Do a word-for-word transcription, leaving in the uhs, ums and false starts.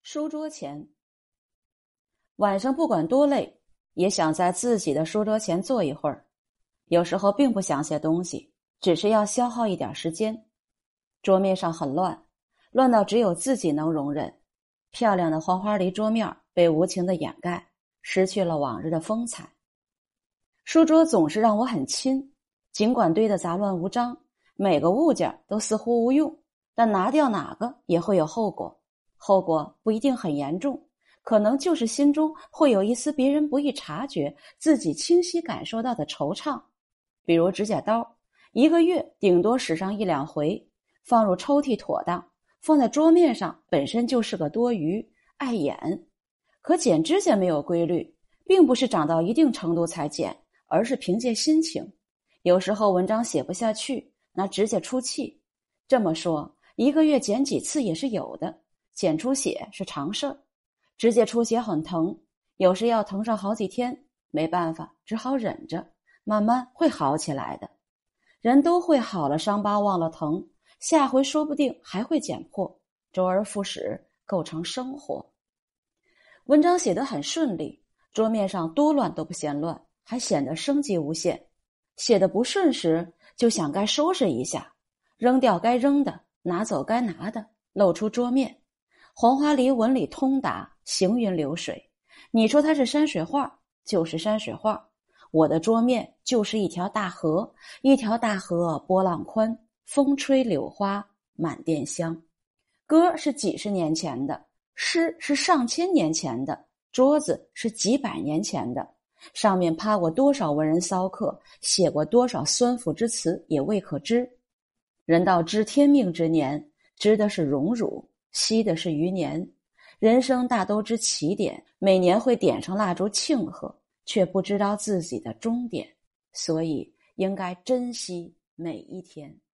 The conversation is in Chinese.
书桌前，晚上不管多累，也想在自己的书桌前坐一会儿。有时候并不想写东西，只是要消耗一点时间。桌面上很乱，乱到只有自己能容忍。漂亮的黄花梨桌面被无情的掩盖，失去了往日的风采。书桌总是让我很亲，尽管堆得杂乱无章，每个物件都似乎无用，但拿掉哪个也会有后果。后果不一定很严重，可能就是心中会有一丝别人不易察觉，自己清晰感受到的惆怅。比如指甲刀，一个月顶多使上一两回，放入抽屉妥当，放在桌面上本身就是个多余，碍眼。可剪指甲没有规律，并不是长到一定程度才剪，而是凭借心情。有时候文章写不下去，拿指甲出气。这么说，一个月剪几次也是有的，剪出血是常事儿。指甲出血很疼，有时要疼上好几天，没办法，只好忍着，慢慢会好起来的。人都会好了伤疤忘了疼，下回说不定还会剪破，周而复始，构成生活。文章写得很顺利，桌面上多乱都不嫌乱，还显得生机无限。写得不顺时，就想该收拾一下，扔掉该扔的，拿走该拿的，露出桌面。黄花梨纹理通达，行云流水。你说它是山水画，就是山水画。我的桌面就是一条大河，一条大河波浪宽，风吹柳花满店香。歌是几十年前的，诗是上千年前的，桌子是几百年前的。上面趴过多少文人骚客，写过多少酸腐之词，也未可知。人到知天命之年，知的是荣辱，惜的是余年。人生大都知起点，每年会点上蜡烛庆贺，却不知道自己的终点，所以应该珍惜每一天。